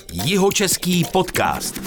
Jihočeský podcast.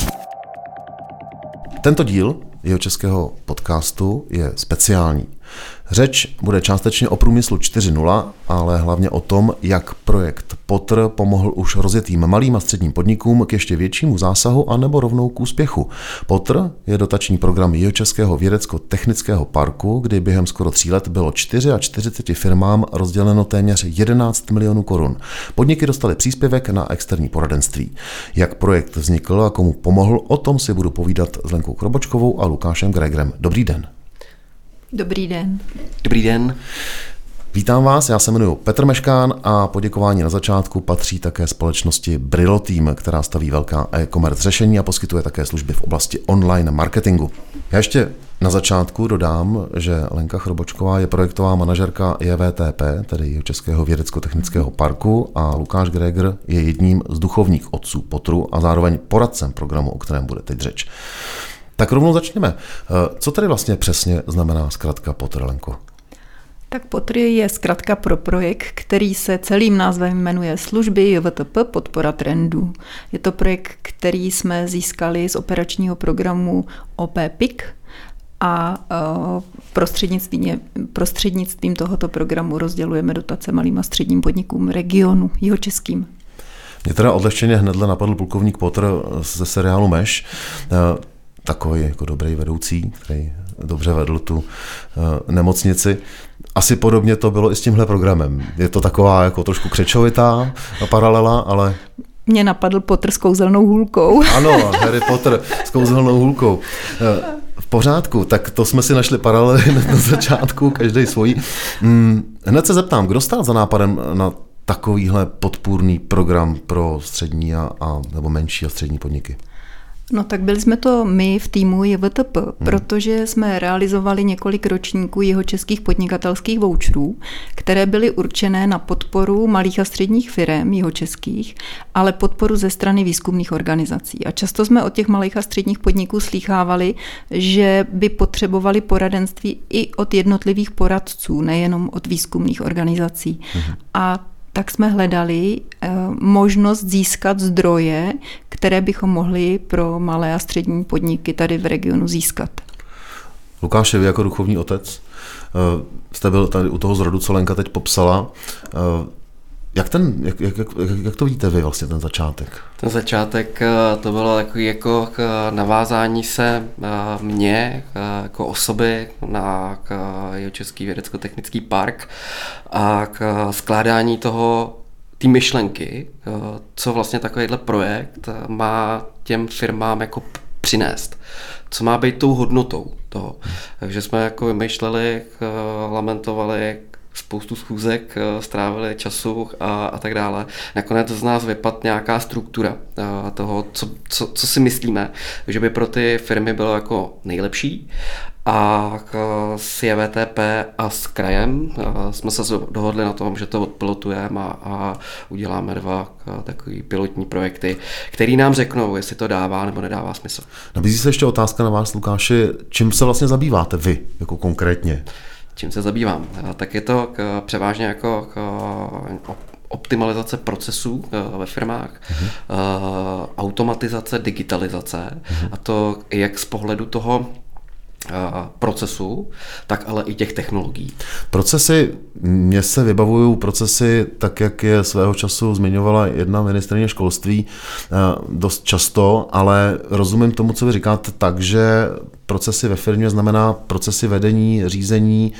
Tento díl jihočeského podcastu je speciální. Řeč bude částečně o průmyslu 4.0, ale hlavně o tom, jak projekt Potr pomohl už rozjetým malým a středním podnikům k ještě většímu zásahu anebo rovnou k úspěchu. Potr je dotační program Jihočeského vědecko-technického parku, kdy během skoro 3 let bylo 44 firmám rozděleno téměř 11 milionů korun. Podniky dostaly příspěvek na externí poradenství. Jak projekt vznikl a komu pomohl, o tom si budu povídat s Lenkou Chrobočkovou a Lukášem Gregerem. Dobrý den. Dobrý den. Dobrý den. Vítám vás, já se jmenuji Petr Meškán a poděkování na začátku patří také společnosti Brillo Team, která staví velká e-commerce řešení a poskytuje také služby v oblasti online marketingu. Já ještě na začátku dodám, že Lenka Chrobočková je projektová manažerka JVTP, tedy Jihočeského vědecko-technického parku, a Lukáš Greger je jedním z duchovních otců Potru a zároveň poradcem programu, o kterém bude teď řeč. Tak rovnou začněme. Co tedy vlastně přesně znamená zkratka Potr, Lenko? Tak Potr je zkratka pro projekt, který se celým názvem jmenuje Služby JVTP podpora trendů. Je to projekt, který jsme získali z operačního programu OP-PIK a prostřednictvím tohoto programu rozdělujeme dotace malým a středním podnikům regionu jihočeským. Mě teda odlehčeně hnedle napadl plukovník Potr ze seriálu Meš, takový jako dobrý vedoucí, který dobře vedl tu nemocnici. Asi podobně to bylo i s tímhle programem. Je to taková jako trošku křečovitá paralela, ale... Mě napadl Potr s kouzelnou hůlkou. Ano, Harry Potter s kouzelnou hůlkou. V pořádku, tak to jsme si našli paralely na začátku, každý svojí. Hned se zeptám, kdo stál za nápadem na takovýhle podpůrný program pro střední nebo menší a střední podniky? No tak byli jsme to my v týmu JVTP, protože jsme realizovali několik ročníků jihočeských podnikatelských voucherů, které byly určené na podporu malých a středních firem jihočeských, ale podporu ze strany výzkumných organizací. A často jsme od těch malých a středních podniků slýchávali, že by potřebovali poradenství i od jednotlivých poradců, nejenom od výzkumných organizací. A tak jsme hledali možnost získat zdroje, které bychom mohli pro malé a střední podniky tady v regionu získat. Lukáši, vy jako duchovní otec jste byl tady u toho zrodu, co Lenka teď popsala. Jak to vidíte vy vlastně ten začátek? Ten začátek to bylo takový jako navázání se mě jako osoby na Jihočeský vědecko-technický park a k skládání té myšlenky, co vlastně takovýhle projekt má těm firmám jako přinést. Co má být tou hodnotou toho. Takže jsme jako vymýšleli, lamentovali, spoustu schůzek, strávili času a tak dále. Nakonec z nás vypadla nějaká struktura toho, co si myslíme, že by pro ty firmy bylo jako nejlepší. A s JVTP a s krajem jsme se dohodli na tom, že to odpilotujeme a uděláme 2 takový pilotní projekty, který nám řeknou, jestli to dává nebo nedává smysl. Nabízí se ještě otázka na vás, Lukáši, čím se vlastně zabýváte vy, jako konkrétně? Čím se zabývám? Tak je to převážně jako optimalizace procesů ve firmách, automatizace, digitalizace, a to jak z pohledu toho procesu, tak ale i těch technologií. Procesy, mně se vybavují procesy, tak jak je svého času zmiňovala jedna ministryně školství dost často, ale rozumím tomu, co vy říkáte, tak, že procesy ve firmě znamená procesy vedení, řízení,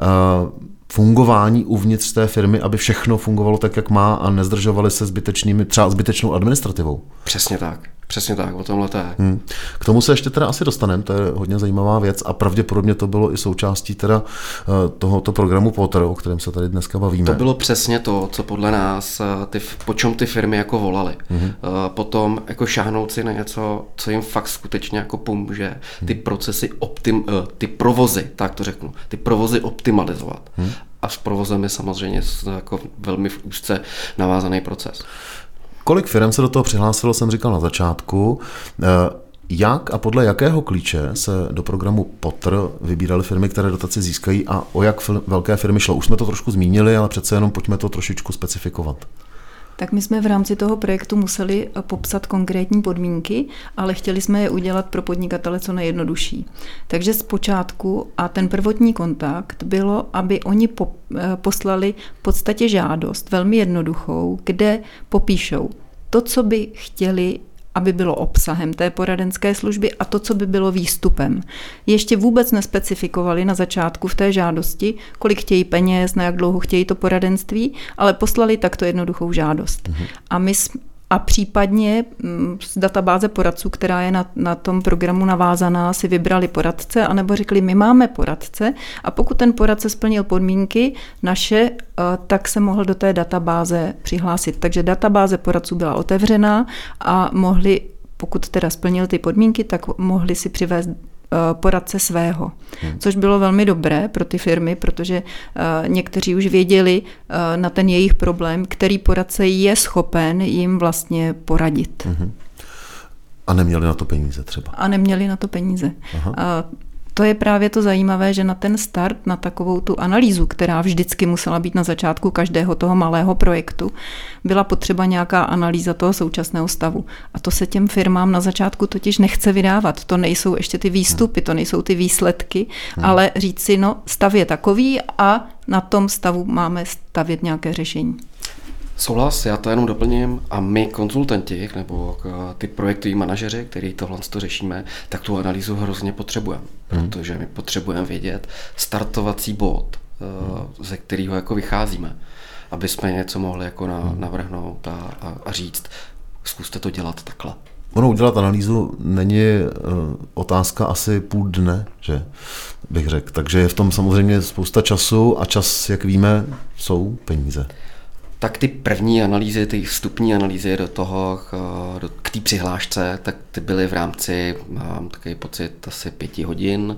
fungování uvnitř té firmy, aby všechno fungovalo tak, jak má a nezdržovali se třeba zbytečnou administrativou. Přesně tak, o tomhle to je. K tomu se ještě teda asi dostaneme, to je hodně zajímavá věc a pravděpodobně to bylo i součástí teda tohoto programu Potr, o kterém se tady dneska bavíme. To bylo přesně to, co podle nás, po čem ty firmy jako volaly. Potom jako šáhnout si na něco, co jim fakt skutečně jako pomůže, ty procesy ty provozy, tak to řeknu, ty provozy optimalizovat. A s provozem je samozřejmě jako velmi úzce navázaný proces. Kolik firm se do toho přihlásilo, jsem říkal na začátku. Jak a podle jakého klíče se do programu Potr vybíraly firmy, které dotaci získají a o jak velké firmy šlo? Už jsme to trošku zmínili, ale přece jenom pojďme to trošičku specifikovat. Tak my jsme v rámci toho projektu museli popsat konkrétní podmínky, ale chtěli jsme je udělat pro podnikatele co nejjednodušší. Takže zpočátku a ten prvotní kontakt bylo, aby oni poslali v podstatě žádost velmi jednoduchou, kde popíšou to, co by chtěli, aby bylo obsahem té poradenské služby a to, co by bylo výstupem. Ještě vůbec nespecifikovali na začátku v té žádosti, kolik chtějí peněz, na jak dlouho chtějí to poradenství, ale poslali takto jednoduchou žádost. A případně z databáze poradců, která je na tom programu navázaná, si vybrali poradce, anebo řekli, my máme poradce a pokud ten poradce splnil podmínky naše, tak se mohl do té databáze přihlásit. Takže databáze poradců byla otevřená a mohli, pokud teda splnil ty podmínky, tak mohli si přivést poradce svého. Což bylo velmi dobré pro ty firmy, protože někteří už věděli na ten jejich problém, který poradce je schopen jim vlastně poradit. A neměli na to peníze třeba. A neměli na to peníze. To je právě to zajímavé, že na ten start, na takovou tu analýzu, která vždycky musela být na začátku každého toho malého projektu, byla potřeba nějaká analýza toho současného stavu. A to se těm firmám na začátku totiž nechce vydávat. To nejsou ještě ty výstupy, to nejsou ty výsledky, ale říct si, no, stav je takový a na tom stavu máme stavět nějaké řešení. Souhlas, já to jenom doplním a my konzultanti nebo ty projektoví manažeři, který tohle řešíme, tak tu analýzu hrozně potřebujeme, protože my potřebujeme vědět startovací bod, ze kterého jako vycházíme, aby jsme něco mohli jako navrhnout a říct, zkuste to dělat takhle. Ono udělat analýzu není otázka asi půl dne, že bych řekl. Takže je v tom samozřejmě spousta času a čas, jak víme, jsou peníze. Tak ty první analýzy, ty vstupní analýzy k té přihlášce, tak ty byly v rámci, mám takový pocit, asi 5 hodin.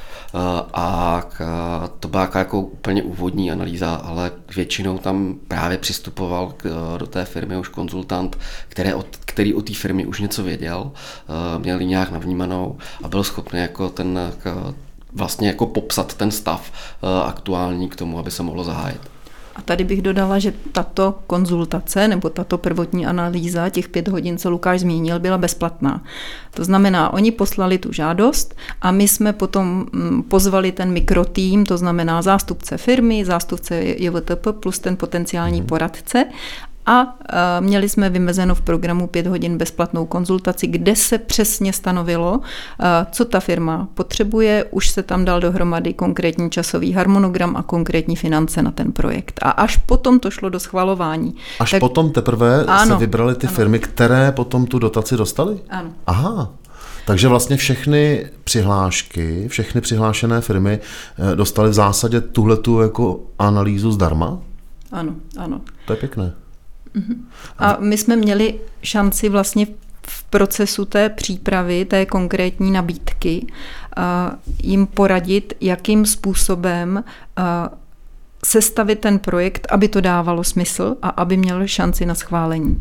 A to byla jako úplně úvodní analýza, ale většinou tam právě přistupoval do té firmy už konzultant, který o té firmě už něco věděl, měl ji nějak navnímanou a byl schopný jako vlastně jako popsat ten stav aktuální k tomu, aby se mohlo zahájit. A tady bych dodala, že tato konzultace nebo tato prvotní analýza těch 5 hodin, co Lukáš zmínil, byla bezplatná. To znamená, oni poslali tu žádost a my jsme potom pozvali ten mikrotým, to znamená zástupce firmy, zástupce JVTP plus ten potenciální poradce. A měli jsme vymezeno v programu 5 hodin bezplatnou konzultaci, kde se přesně stanovilo, co ta firma potřebuje, už se tam dal dohromady konkrétní časový harmonogram a konkrétní finance na ten projekt. A až potom to šlo do schvalování. Až potom teprve se vybrali ty firmy, které potom tu dotaci dostaly? Ano. Aha. Takže vlastně všechny přihlášky, všechny přihlášené firmy dostaly v zásadě tuhletu jako analýzu zdarma? Ano, ano. To je pěkné. A my jsme měli šanci vlastně v procesu té přípravy, té konkrétní nabídky, jim poradit, jakým způsobem sestavit ten projekt, aby to dávalo smysl a aby měl šanci na schválení.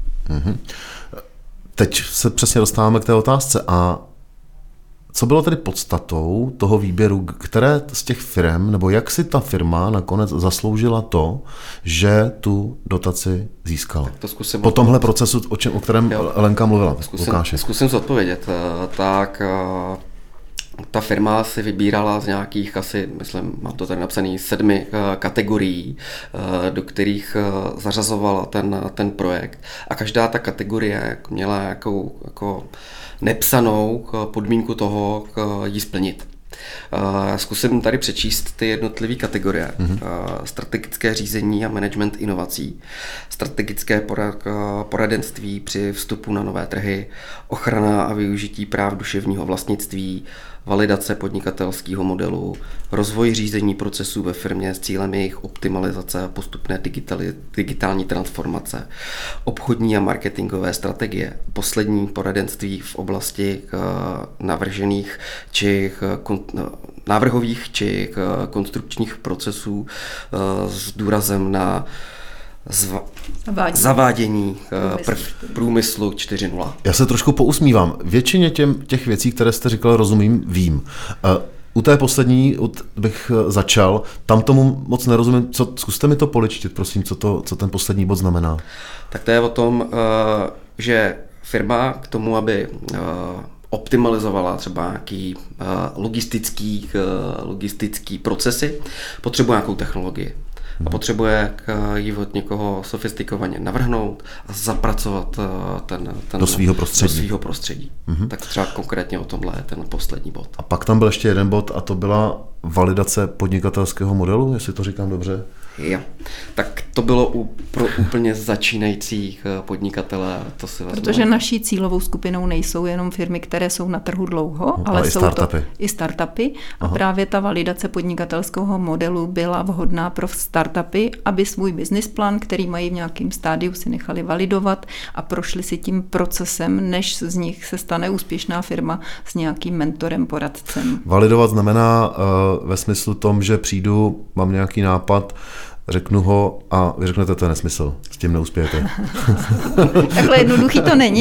Teď se přesně dostáváme k té otázce. A co bylo tedy podstatou toho výběru, které z těch firm, nebo jak si ta firma nakonec zasloužila to, že tu dotaci získala? Po tomhle procesu, o kterém Lenka mluvila. Zkusím zodpovědět. Tak ta firma si vybírala z nějakých asi, myslím, mám to tady napsaný, 7 kategorií, do kterých zařazovala ten projekt. A každá ta kategorie měla nějakou jako nepsanou podmínku toho ji splnit. Zkusím tady přečíst ty jednotlivé kategorie. Strategické řízení a management inovací, strategické poradenství při vstupu na nové trhy, ochrana a využití práv duševního vlastnictví, validace podnikatelského modelu, rozvoj řízení procesů ve firmě s cílem jejich optimalizace a postupné digitální transformace, obchodní a marketingové strategie, poslední poradenství v oblasti navržených či návrhových či konstrukčních procesů s důrazem na zavádění průmyslu 4.0. Já se trošku pousmívám. Většině těch věcí, které jste říkal, rozumím, vím. U té poslední bych začal, tam tomu moc nerozumím, zkuste mi to poličtit, prosím, co ten poslední bod znamená. Tak to je o tom, že firma k tomu, aby optimalizovala třeba nějaký logistický procesy, potřebuje nějakou technologii. A potřebuje ji od někoho sofistikovaně navrhnout a zapracovat ten do svého prostředí. Tak třeba konkrétně o tomhle je ten poslední bod. A pak tam byl ještě jeden bod a to byla validace podnikatelského modelu, jestli to říkám dobře. Jo. Tak to bylo pro úplně začínajících podnikatele. Protože naší cílovou skupinou nejsou jenom firmy, které jsou na trhu dlouho, ale jsou to i startupy. A právě ta validace podnikatelského modelu byla vhodná pro startupy, aby svůj business plán, který mají v nějakém stádiu, si nechali validovat a prošli si tím procesem, než z nich se stane úspěšná firma s nějakým mentorem, poradcem. Validovat znamená ve smyslu tom, že přijdu, mám nějaký nápad, řeknu ho a vy řeknete, to je nesmysl, s tím neuspějete. Takhle jednoduchý to není.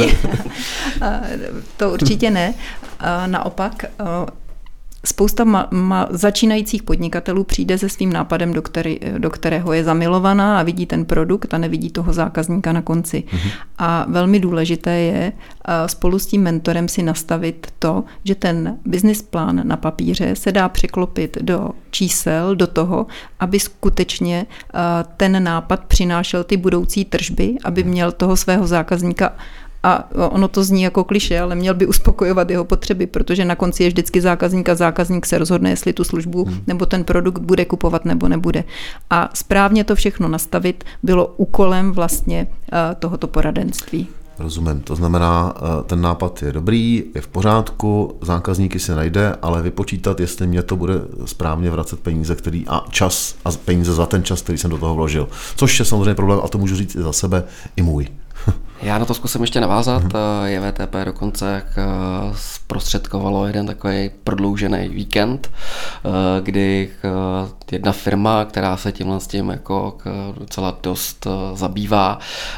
To určitě ne. Naopak, spousta začínajících podnikatelů přijde se svým nápadem, do kterého je zamilovaná a vidí ten produkt a nevidí toho zákazníka na konci. A velmi důležité je spolu s tím mentorem si nastavit to, že ten business plán na papíře se dá překlopit do čísel, do toho, aby skutečně ten nápad přinášel ty budoucí tržby, aby měl toho svého zákazníka. A ono to zní jako klišé, ale měl by uspokojovat jeho potřeby, protože na konci je vždycky zákazník a zákazník se rozhodne, jestli tu službu nebo ten produkt bude kupovat nebo nebude. A správně to všechno nastavit bylo úkolem vlastně tohoto poradenství. Rozumím, to znamená, ten nápad je dobrý, je v pořádku, zákazníky se najde, ale vypočítat, jestli mě to bude správně vracet peníze, čas a peníze za ten čas, který jsem do toho vložil. Což je samozřejmě problém, a to můžu říct i za sebe, i můj. Já na to zkusím ještě navázat. JVTP dokonce zprostředkovalo jeden takový prodloužený víkend, kdy jedna firma, která se tímhle s tím jako docela dost zabývá,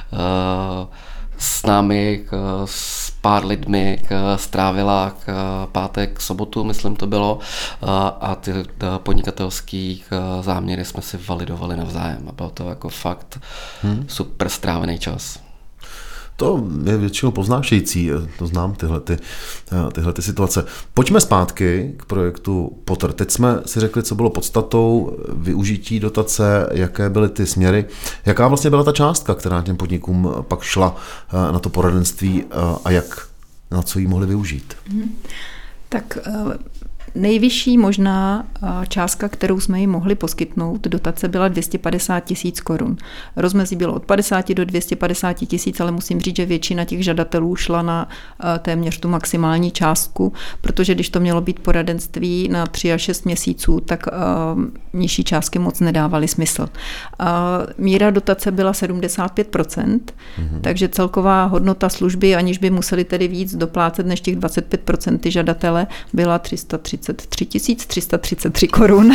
s námi, s pár lidmi strávila pátek, sobotu, myslím to bylo, a ty podnikatelský záměry jsme si validovali navzájem a bylo to jako fakt super strávený čas. To je většinou poznášející, to znám tyhle situace. Pojďme zpátky k projektu Potr. Teď jsme si řekli, co bylo podstatou využití dotace, jaké byly ty směry, jaká vlastně byla ta částka, která těm podnikům pak šla na to poradenství a na co jí mohli využít. Tak nejvyšší možná částka, kterou jsme jim mohli poskytnout, dotace byla 250 000 korun. Rozmezí bylo od 50 do 250 000, ale musím říct, že většina těch žadatelů šla na téměř tu maximální částku, protože když to mělo být poradenství na 3 až 6 měsíců, tak nižší částky moc nedávaly smysl. Míra dotace byla 75%, takže celková hodnota služby, aniž by museli tedy víc doplácet než těch 25% ty žadatele, byla 333 333 korun.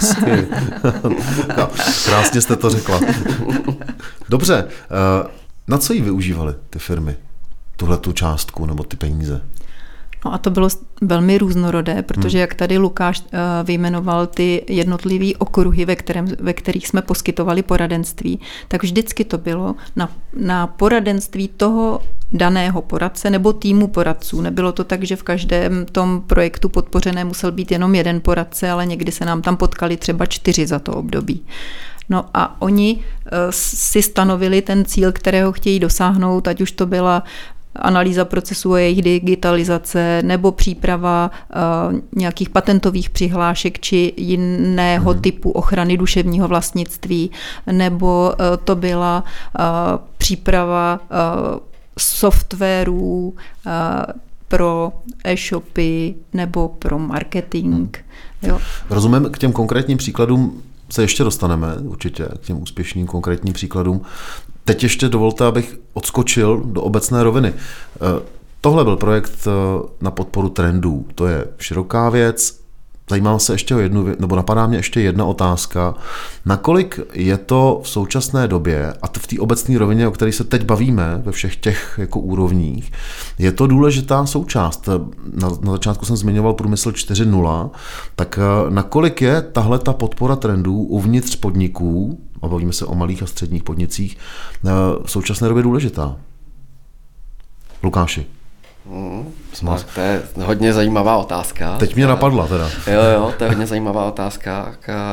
No, krásně jste to řekla. Dobře, na co jí využívaly ty firmy? Tuhletu částku nebo ty peníze? No a to bylo velmi různorodé, protože jak tady Lukáš vyjmenoval ty jednotlivý okruhy, ve kterých jsme poskytovali poradenství, tak vždycky to bylo na poradenství toho daného poradce nebo týmu poradců. Nebylo to tak, že v každém tom projektu podpořené musel být jenom jeden poradce, ale někdy se nám tam potkali třeba 4 za to období. No a oni si stanovili ten cíl, kterého chtějí dosáhnout, ať už to byla analýza procesu a jejich digitalizace nebo příprava nějakých patentových přihlášek či jiného typu ochrany duševního vlastnictví, nebo to byla příprava softwarů pro e-shopy nebo pro marketing. Jo. Rozumím, k těm konkrétním příkladům se ještě dostaneme, určitě k těm úspěšným konkrétním příkladům. Teď ještě dovolte, abych odskočil do obecné roviny. Tohle byl projekt na podporu trendů. To je široká věc. zajímám se ještě o jednu, nebo napadá mě ještě jedna otázka. Nakolik je to v současné době, a v té obecné rovině, o které se teď bavíme, ve všech těch jako úrovních, je to důležitá součást? Na začátku jsem zmiňoval průmysl 4.0, tak nakolik je tahle ta podpora trendů uvnitř podniků, a bavíme se o malých a středních podnicích, v současné době důležitá? Lukáši. Tak to je hodně zajímavá otázka. Teď mě napadla teda. Jo, to je hodně zajímavá otázka.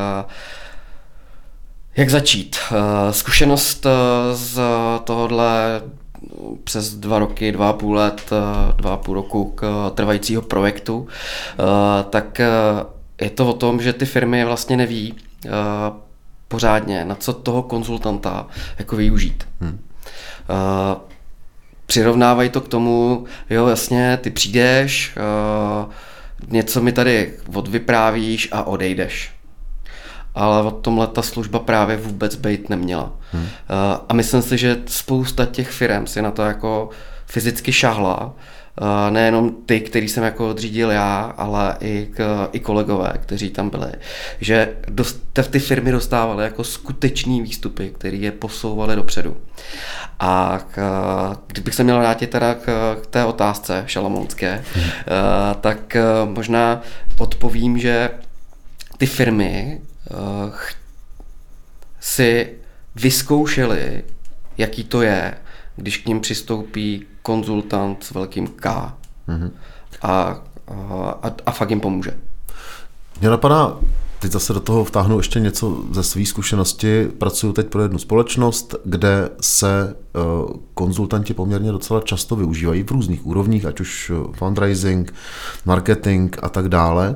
Jak začít? Zkušenost z tohohle přes 2 roky, 2,5 let, 2,5 roku trvajícího projektu, tak je to o tom, že ty firmy vlastně neví pořádně, na co toho konzultanta jako využít. Přirovnávají to k tomu, jo, jasně, ty přijdeš, něco mi tady odvyprávíš a odejdeš. Ale od tomhle ta služba právě vůbec být neměla. A myslím si, že spousta těch firem si na to jako fyzicky šahla, nejenom ty, který jsem jako odřídil já, ale i kolegové, kteří tam byli, že ty firmy dostávaly jako skutečný výstupy, které je posouvaly dopředu. A kdybych se měl vrátit teda k té otázce šalamounské, tak možná odpovím, že ty firmy si vyzkoušely, jaký to je, když k ním přistoupí konzultant s velkým K a fakt jim pomůže. Mě napadá, teď zase do toho vtáhnu ještě něco ze své zkušenosti. Pracuju teď pro jednu společnost, kde se konzultanti poměrně docela často využívají v různých úrovních, ať už fundraising, marketing a tak dále.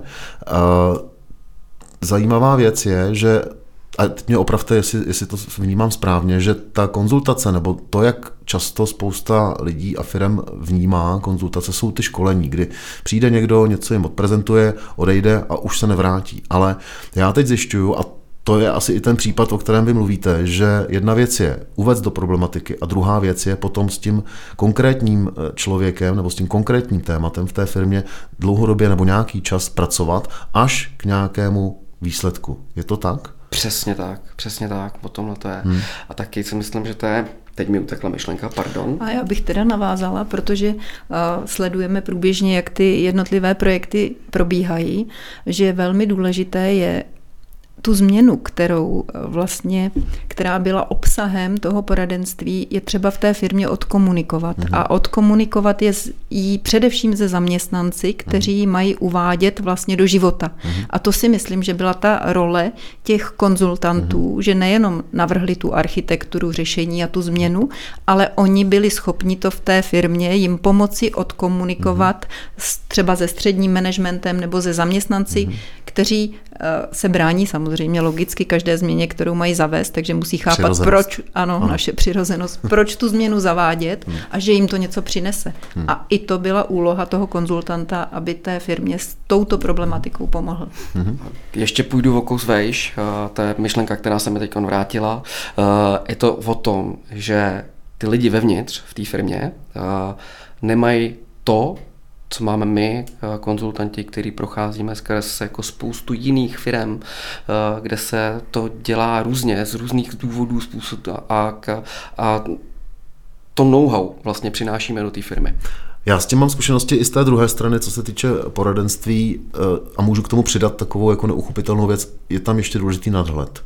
Zajímavá věc je, že, a teď mě opravte, jestli to vnímám správně, že ta konzultace, nebo to, jak často spousta lidí a firem vnímá konzultace, jsou ty školení, kdy přijde někdo, něco jim odprezentuje, odejde a už se nevrátí. Ale já teď zjišťuju, a to je asi i ten případ, o kterém vy mluvíte, že jedna věc je uvést do problematiky a druhá věc je potom s tím konkrétním člověkem nebo s tím konkrétním tématem v té firmě dlouhodobě nebo nějaký čas pracovat až k nějakému výsledku. Je to tak? Přesně tak, o tomhle to je. A taky si myslím, že to je, teď mi utekla myšlenka, pardon. A já bych teda navázala, protože sledujeme průběžně, jak ty jednotlivé projekty probíhají, že velmi důležité je tu změnu, která byla obsahem toho poradenství, je třeba v té firmě odkomunikovat. A odkomunikovat je jí především ze zaměstnanci, kteří mají uvádět vlastně do života. A to si myslím, že byla ta role těch konzultantů, že nejenom navrhli tu architekturu řešení a tu změnu, ale oni byli schopni to v té firmě jim pomoci odkomunikovat třeba se středním managementem nebo se zaměstnanci, kteří se brání samozřejmě logicky každé změně, kterou mají zavést, takže musí chápat, proč, naše přirozenost, proč tu změnu zavádět a že jim to něco přinese. A i to byla úloha toho konzultanta, aby té firmě s touto problematikou pomohl. Ještě půjdu o kus vejš, to je myšlenka, která se mi teď vrátila. Je to o tom, že ty lidi vevnitř v té firmě nemají to, co máme my, konzultanti, který procházíme skrz jako spoustu jiných firem, kde se to dělá různě, z různých důvodů, způsobů a to know-how vlastně přinášíme do té firmy. Já s tím mám zkušenosti i z té druhé strany, co se týče poradenství, a můžu k tomu přidat takovou jako neuchopitelnou věc, je tam ještě důležitý nadhled,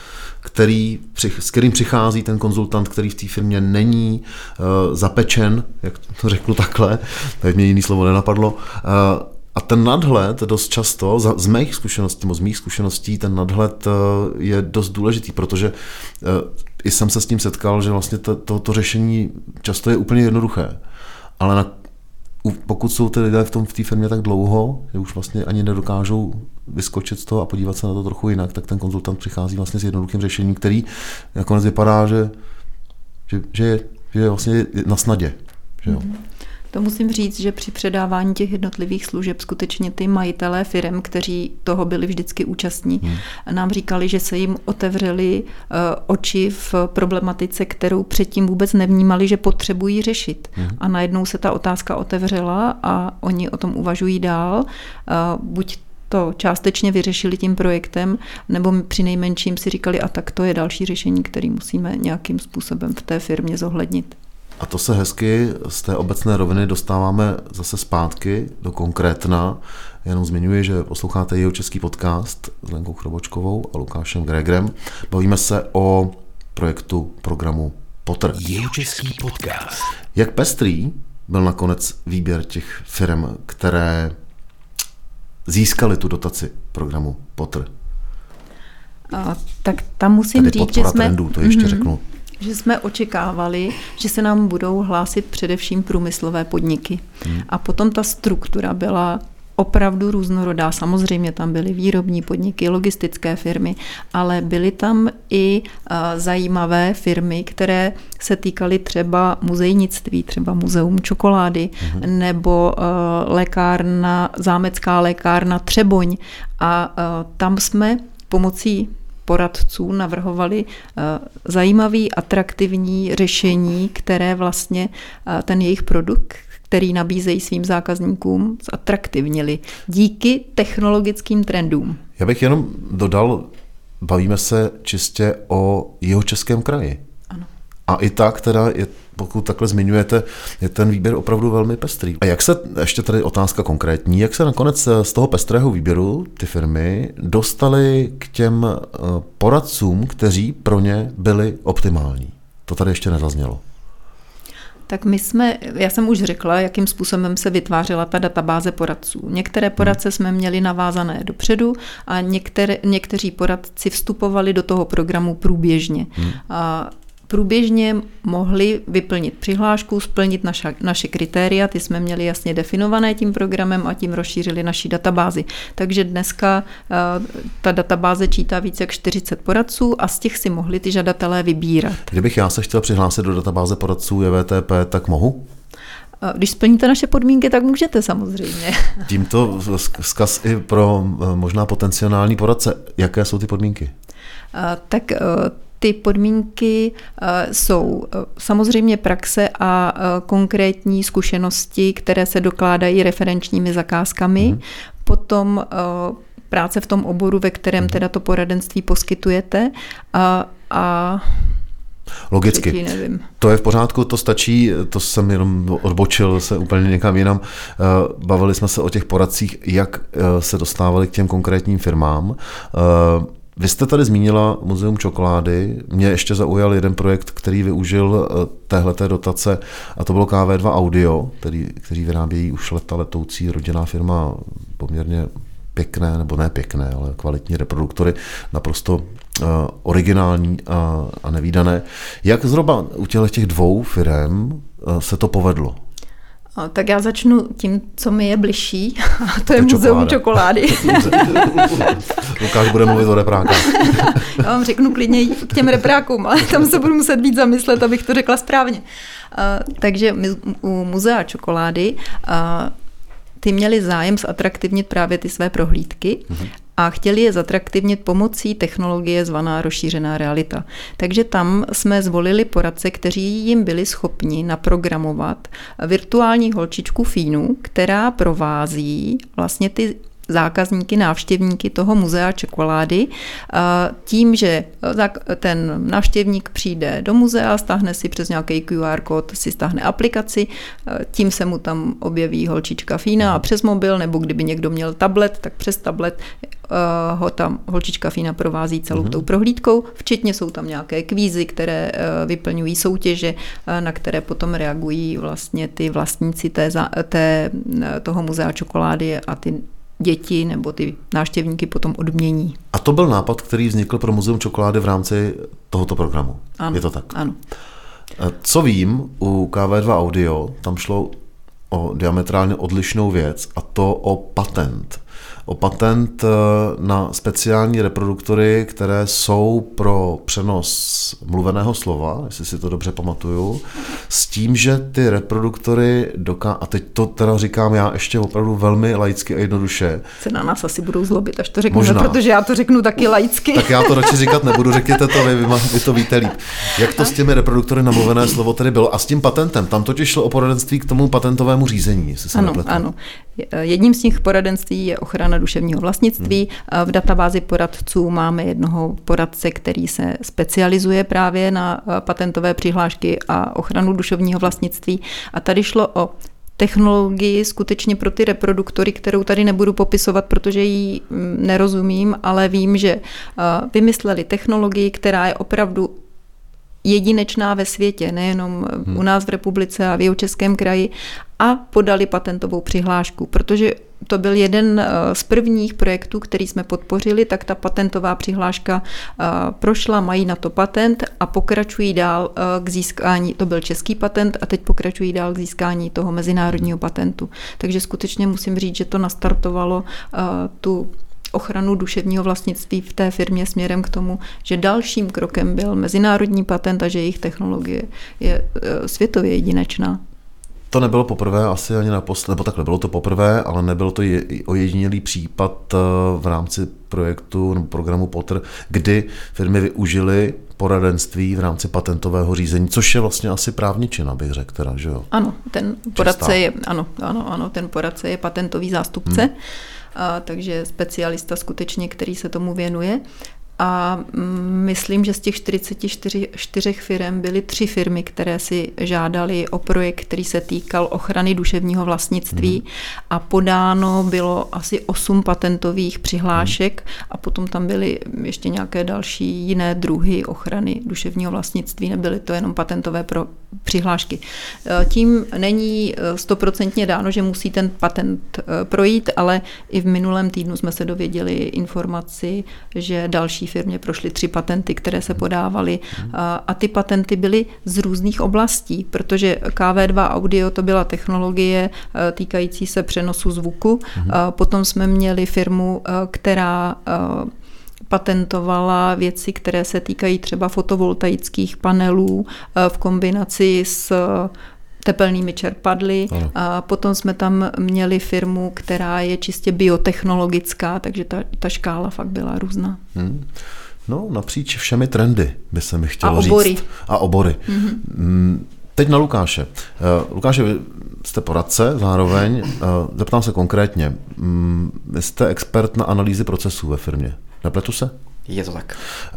s kterým přichází ten konzultant, který v té firmě není zapečen, jak to řeknu takhle, tak mě jiný slovo nenapadlo. A ten nadhled dost často, z mých zkušeností, ten nadhled je dost důležitý, protože i jsem se s tím setkal, že vlastně to řešení často je úplně jednoduché, ale pokud jsou ty lidé v té firmě tak dlouho, že už vlastně ani nedokážou vyskočit z toho a podívat se na to trochu jinak, tak ten konzultant přichází vlastně s jednoduchým řešením, který nakonec vypadá, že je vlastně na snadě. Že jo? To musím říct, že při předávání těch jednotlivých služeb skutečně ty majitelé firem, kteří toho byli vždycky účastní, nám říkali, že se jim otevřely oči v problematice, kterou předtím vůbec nevnímali, že potřebují řešit. A najednou se ta otázka otevřela a oni o tom uvažují dál. Buď to částečně vyřešili tím projektem, nebo přinejmenším si říkali, a tak to je další řešení, které musíme nějakým způsobem v té firmě zohlednit. A to se hezky z té obecné roviny dostáváme zase zpátky do konkrétna. Jenom zmiňuji, že posloucháte Jihočeský podcast s Lenkou Chrobočkovou a Lukášem Gregrem. Bavíme se o projektu programu POTR. Jihočeský podcast. Jak pestrý byl nakonec výběr těch firm, které získaly tu dotaci programu POTR? Tak tam musím říct, že jsme... Trendů, to ještě řeknu. Že jsme očekávali, že se nám budou hlásit především průmyslové podniky. A potom ta struktura byla opravdu různorodá. Samozřejmě tam byly výrobní podniky, logistické firmy, ale byly tam i zajímavé firmy, které se týkaly třeba Muzeum čokolády, nebo zámecká lékárna Třeboň. A tam jsme pomocí poradců navrhovali zajímavý, atraktivní řešení, které vlastně ten jejich produkt, který nabízejí svým zákazníkům, zatraktivnili díky technologickým trendům. Já bych jenom dodal, bavíme se čistě o Jihočeském kraji. Ano. A i tak teda, pokud takhle zmiňujete, je ten výběr opravdu velmi pestrý. A jak se, ještě tady otázka konkrétní, jak se nakonec z toho pestrého výběru ty firmy dostaly k těm poradcům, kteří pro ně byli optimální? To tady ještě nezaznělo. Tak já jsem už řekla, jakým způsobem se vytvářela ta databáze poradců. Některé poradce jsme měli navázané dopředu a někteří poradci vstupovali do toho programu průběžně. Průběžně mohli vyplnit přihlášku, splnit naše kritéria, ty jsme měli jasně definované tím programem a tím rozšířili naši databázi. Takže dneska ta databáze čítá více jak 40 poradců a z těch si mohli ty žadatelé vybírat. Kdybych já se chtěl přihlásit do databáze poradců JVTP, tak mohu? Když splníte naše podmínky, tak můžete samozřejmě. Tímto vzkaz i pro možná potenciální poradce. Jaké jsou ty podmínky? Ty podmínky jsou samozřejmě praxe a konkrétní zkušenosti, které se dokládají referenčními zakázkami, potom práce v tom oboru, ve kterém teda to poradenství poskytujete a logicky. To je v pořádku, to stačí, to jsem jenom odbočil se úplně někam jinam. Bavili jsme se o těch poradcích, jak se dostávali k těm konkrétním firmám. Vy jste tady zmínila Muzeum čokolády. Mě ještě zaujal jeden projekt, který využil téhleté dotace, a to bylo KV2 Audio, který vyrábějí už letoucí rodinná firma, poměrně pěkné, nebo ne pěkné, ale kvalitní reproduktory, naprosto originální a nevídané. Jak zhruba u těch dvou firem se to povedlo? Tak já začnu tím, co mi je bližší, a to je Muzeum čokolády. Lukáš bude mluvit o reprákách. Já vám řeknu klidně k těm reprákům, ale tam se budu muset víc zamyslet, abych to řekla správně. Takže u Muzea čokolády ty měli zájem zatraktivnit právě ty své prohlídky a chtěli je zatraktivnit pomocí technologie zvaná rozšířená realita. Takže tam jsme zvolili poradce, kteří jim byli schopni naprogramovat virtuální holčičku Fínu, která provází vlastně ty zákazníky, návštěvníky toho Muzea čokolády tím, že ten návštěvník přijde do muzea, stáhne si přes nějaký QR kód, si stáhne aplikaci, tím se mu tam objeví holčička Fína a přes mobil, nebo kdyby někdo měl tablet, tak přes tablet ho tam holčička Fína provází celou tou prohlídkou, včetně jsou tam nějaké kvízy, které vyplňují soutěže, na které potom reagují vlastně ty vlastníci toho Muzea čokolády a ty děti nebo ty návštěvníky potom odmění. A to byl nápad, který vznikl pro Muzeum čokolády v rámci tohoto programu. Ano, je to tak? Ano. Co vím, u KV2 Audio tam šlo o diametrálně odlišnou věc, a to o patent. O patent na speciální reproduktory, které jsou pro přenos mluveného slova, jestli si to dobře pamatuju, s tím, že ty reproduktory a teď to teda říkám já ještě opravdu velmi laicky a jednoduše. Se na nás asi budou zlobit, až to řekneme, protože já to řeknu taky laicky. Tak já to radši říkat nebudu, řekněte to vy to víte líp. Jak to s těmi reproduktory na mluvené slovo tedy bylo? A s tím patentem, tam totiž šlo o poradenství k tomu patentovému řízení, jestli se nepletu. Ano. Jedním z těch poradenství je ochrana duševního vlastnictví. V databázi poradců máme jednoho poradce, který se specializuje právě na patentové přihlášky a ochranu duševního vlastnictví. A tady šlo o technologii skutečně pro ty reproduktory, kterou tady nebudu popisovat, protože jí nerozumím, ale vím, že vymysleli technologii, která je opravdu jedinečná ve světě, nejenom u nás v republice a v Jihočeském kraji, a podali patentovou přihlášku, protože to byl jeden z prvních projektů, který jsme podpořili, tak ta patentová přihláška prošla, mají na to patent a pokračují dál k získání, to byl český patent a teď pokračují dál k získání toho mezinárodního patentu. Takže skutečně musím říct, že to nastartovalo tu ochranu duševního vlastnictví v té firmě směrem k tomu, že dalším krokem byl mezinárodní patent a že jejich technologie je světově jedinečná. To nebylo poprvé, asi ani naposled, nebo takhle, bylo to poprvé, ale nebyl to ojedinělý případ v rámci projektu nebo programu POTR, kdy firmy využily poradenství v rámci patentového řízení, což je vlastně asi právničina, bych řekl teda, že jo? Ano, ten poradce je, ten poradce je patentový zástupce, takže specialista skutečně, který se tomu věnuje. A myslím, že z těch 44 firm byly 3 firmy, které si žádali o projekt, který se týkal ochrany duševního vlastnictví a podáno bylo asi 8 patentových přihlášek a potom tam byly ještě nějaké další jiné druhy ochrany duševního vlastnictví, nebyly to jenom patentové přihlášky. Tím není 100% dáno, že musí ten patent projít, ale i v minulém týdnu jsme se dověděli informaci, že další firmě prošly 3 patenty, které se podávaly a ty patenty byly z různých oblastí, protože KV2 Audio to byla technologie týkající se přenosu zvuku. Potom jsme měli firmu, která patentovala věci, které se týkají třeba fotovoltaických panelů v kombinaci s tepelnými čerpadly. A potom jsme tam měli firmu, která je čistě biotechnologická, takže ta škála fakt byla různá. No, napříč všemi trendy by se mi chtělo říct. A obory. Teď na Lukáše. Lukáše, vy jste poradce zároveň. Zeptám se konkrétně. Vy jste expert na analýzy procesů ve firmě. Nepletu se? Je to tak.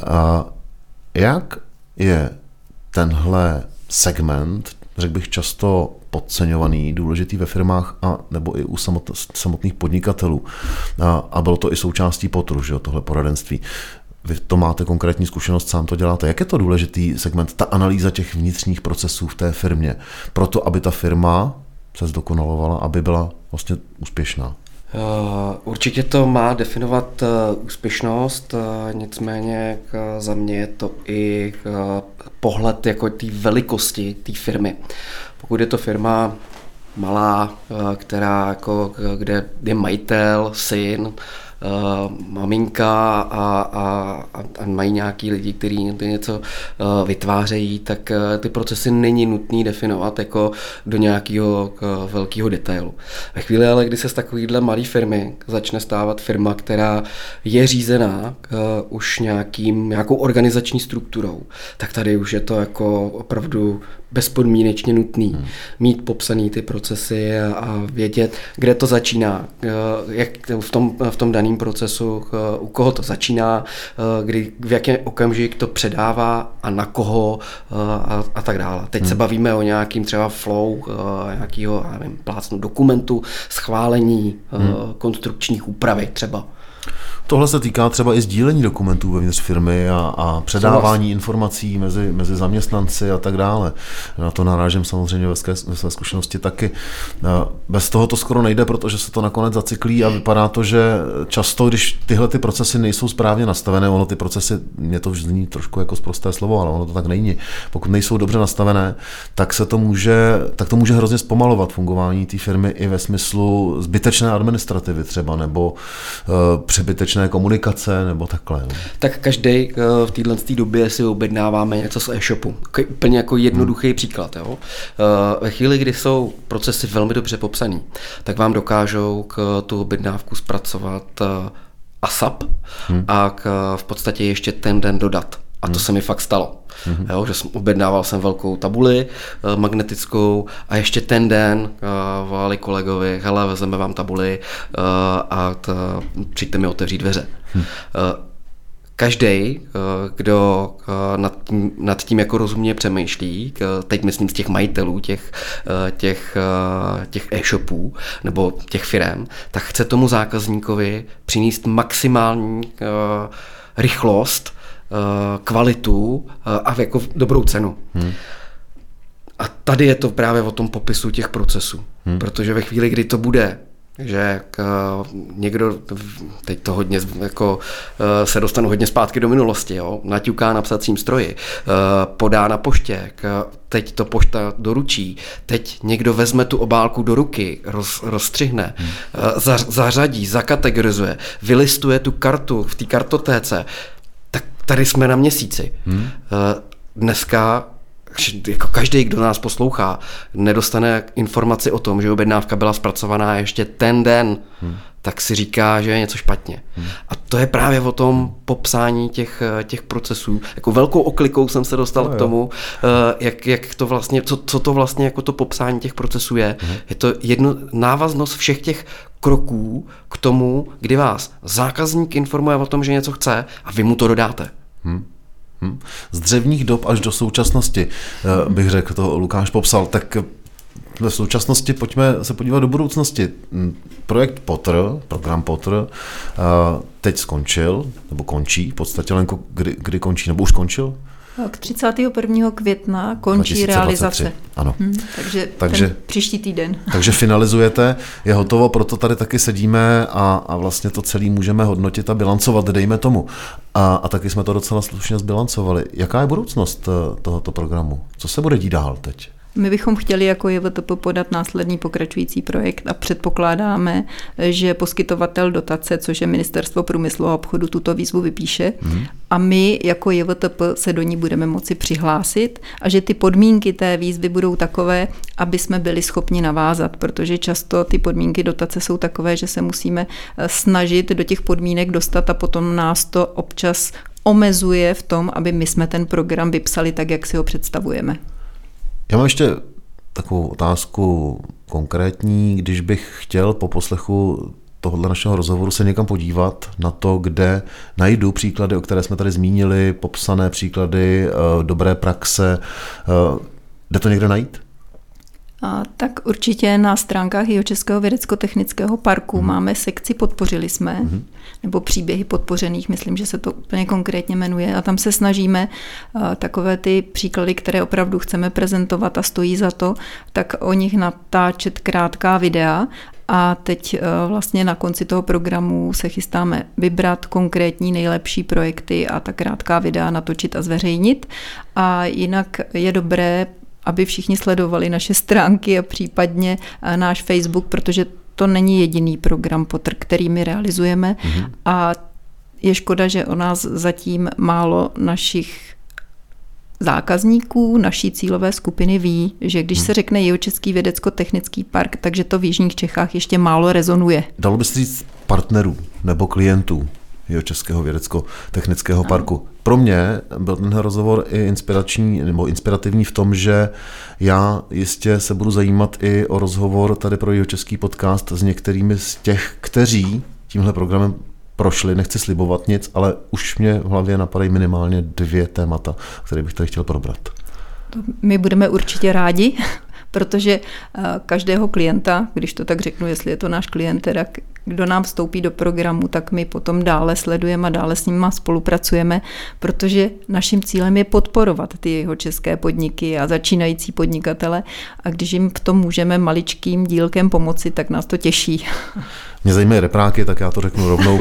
Jak je tenhle segment, řekl bych, často podceňovaný, důležitý ve firmách a nebo i u samotných podnikatelů? A bylo to i součástí POTRu, že jo, tohle poradenství. Vy to máte konkrétní zkušenost, sám to děláte. Jak je to důležitý segment, ta analýza těch vnitřních procesů v té firmě, proto aby ta firma se zdokonalovala, aby byla vlastně úspěšná? Určitě to má definovat úspěšnost, nicméně za mě je to i pohled jako té velikosti té firmy. Pokud je to firma malá, která jako, kde je majitel, syn, maminka a mají nějaký lidi, kteří něco vytvářejí, tak ty procesy není nutný definovat jako do nějakého velkého detailu. Ve chvíli ale, kdy se z takovýhle malé firmy začne stávat firma, která je řízená už nějakou organizační strukturou, tak tady už je to jako opravdu bezpodmínečně nutný mít popsaný ty procesy a vědět, kde to začíná, jak v tom daném procesu, u koho to začíná, v jakém okamžik to předává a na koho a tak dále. Teď se bavíme o nějakým třeba flow, nějakého, plácnu dokumentu, schválení konstrukčních úpravy třeba. Tohle se týká třeba i sdílení dokumentů vevnitř firmy a předávání informací mezi zaměstnanci a tak dále. Na to narážím samozřejmě ve své zkušenosti taky. Bez toho to skoro nejde, protože se to nakonec zacyklí a vypadá to, že často, když tyhle ty procesy nejsou správně nastavené, ono ty procesy, mě to zní trošku jako sprosté slovo, ale ono to tak není. Pokud nejsou dobře nastavené, tak to může hrozně zpomalovat fungování té firmy i ve smyslu zbytečné administrativy třeba, nebo přebytečné komunikace nebo takhle. Tak každý v této době si objednáváme něco z e-shopu. Úplně jako jednoduchý příklad. Jo? Ve chvíli, kdy jsou procesy velmi dobře popsaný, tak vám dokážou tu objednávku zpracovat ASAP a v podstatě ještě ten den dodat. A to se mi fakt stalo. Jo, že objednával jsem velkou tabuli magnetickou a ještě ten den volali kolegovi, hele, vezeme vám tabuli a přijďte mi otevřít dveře. Každý, kdo nad tím jako rozumně přemýšlí, teď myslím z těch majitelů, těch e-shopů nebo těch firem, tak chce tomu zákazníkovi přinést maximální rychlost, kvalitu a jako dobrou cenu. A tady je to právě o tom popisu těch procesů, protože ve chvíli, kdy to bude, že někdo, teď to hodně jako se dostanu hodně zpátky do minulosti, jo, naťuká na psacím stroji, podá na poště, teď to pošta doručí, teď někdo vezme tu obálku do ruky, rozstřihne, zařadí, zakategorizuje, vylistuje tu kartu v té kartotéce, tak tady jsme na měsíci. Dneska jako každý, kdo nás poslouchá, nedostane informaci o tom, že objednávka byla zpracovaná ještě ten den, tak si říká, že je něco špatně. A to je právě o tom popsání těch procesů. Jako velkou oklikou jsem se dostal k tomu, jak to vlastně, co to vlastně jako to popsání těch procesů je. Je to návaznost všech těch kroků k tomu, kdy vás zákazník informuje o tom, že něco chce a vy mu to dodáte. Z dřevních dob až do současnosti, bych řekl, to Lukáš popsal, tak v současnosti pojďme se podívat do budoucnosti. Projekt Potter, program Potter, teď skončil, nebo končí, v podstatě Lenko, kdy končí, nebo už skončil? K 31. května končí 2023. realizace. Ano. Takže příští týden. Takže finalizujete, je hotovo, proto tady taky sedíme a vlastně to celé můžeme hodnotit a bilancovat, dejme tomu. A taky jsme to docela slušně zbilancovali. Jaká je budoucnost tohoto programu? Co se bude dít dál teď? My bychom chtěli jako JVTP podat následný pokračující projekt a předpokládáme, že poskytovatel dotace, což je Ministerstvo průmyslu a obchodu, tuto výzvu vypíše a my jako JVTP se do ní budeme moci přihlásit a že ty podmínky té výzvy budou takové, aby jsme byli schopni navázat, protože často ty podmínky dotace jsou takové, že se musíme snažit do těch podmínek dostat a potom nás to občas omezuje v tom, aby my jsme ten program vypsali tak, jak si ho představujeme. Já mám ještě takovou otázku konkrétní, když bych chtěl po poslechu tohoto našeho rozhovoru se někam podívat na to, kde najdu příklady, o které jsme tady zmínili, popsané příklady, dobré praxe, jde to někde najít? Tak určitě na stránkách Jihočeského vědecko-technického parku máme sekci Podpořili jsme, nebo příběhy podpořených, myslím, že se to úplně konkrétně jmenuje a tam se snažíme takové ty příklady, které opravdu chceme prezentovat a stojí za to, tak o nich natáčet krátká videa a teď vlastně na konci toho programu se chystáme vybrat konkrétní nejlepší projekty a ta krátká videa natočit a zveřejnit a jinak je dobré, aby všichni sledovali naše stránky a případně náš Facebook, protože to není jediný program Potter, který my realizujeme a je škoda, že o nás zatím málo našich zákazníků, naší cílové skupiny ví, že když se řekne Jihočeský vědecko-technický park, takže to v jižních Čechách ještě málo rezonuje. Dalo by se říct partnerů nebo klientů Jihočeského vědecko-technického parku. Pro mě byl ten rozhovor i inspirační nebo inspirativní v tom, že já jistě se budu zajímat i o rozhovor tady pro Jihočeský podcast s některými z těch, kteří tímhle programem prošli. Nechci slibovat nic, ale už mě v hlavě napadají minimálně 2 témata, které bych tady chtěl probrat. My budeme určitě rádi, protože každého klienta, když to tak řeknu, jestli je to náš klient, tak kdo nám vstoupí do programu, tak my potom dále sledujeme a dále s nimi spolupracujeme, protože naším cílem je podporovat ty jihočeské podniky a začínající podnikatele a když jim v tom můžeme maličkým dílkem pomoci, tak nás to těší. Mě zajímají repráky, tak já to řeknu rovnou.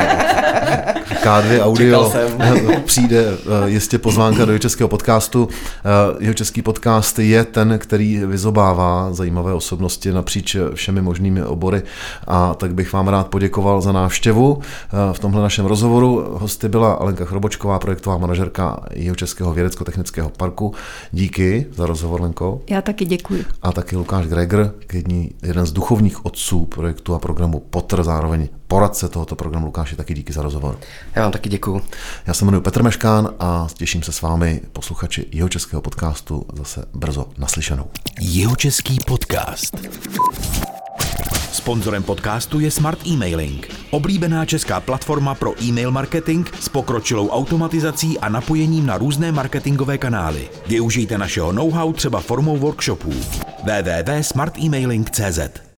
K2 Audio přijde jistě pozvánka do Jihočeského podcastu. Jihočeský podcast je ten, který vyzobává zajímavé osobnosti napříč všemi možnými obory a tak bych vám rád poděkoval za návštěvu v tomhle našem rozhovoru. Hosty byla Alenka Chrobočková, projektová manažerka Jihočeského vědecko-technického parku. Díky za rozhovor, Lenko. Já taky děkuji. A taky Lukáš Gregor, jeden z duchovních otců projektu a programu Potr, zároveň poradce tohoto programu. Lukáši, taky díky za rozhovor. Já vám taky děkuju. Já se jmenuji Petr Meškán a těším se s vámi, posluchači Jihočeského podcastu, zase brzo naslyšenou. Jihočeský podcast. Sponzorem podcastu je Smart Emailing, oblíbená česká platforma pro e-mail marketing s pokročilou automatizací a napojením na různé marketingové kanály. Využijte našeho know-how třeba formou workshopů. www.smartemailing.cz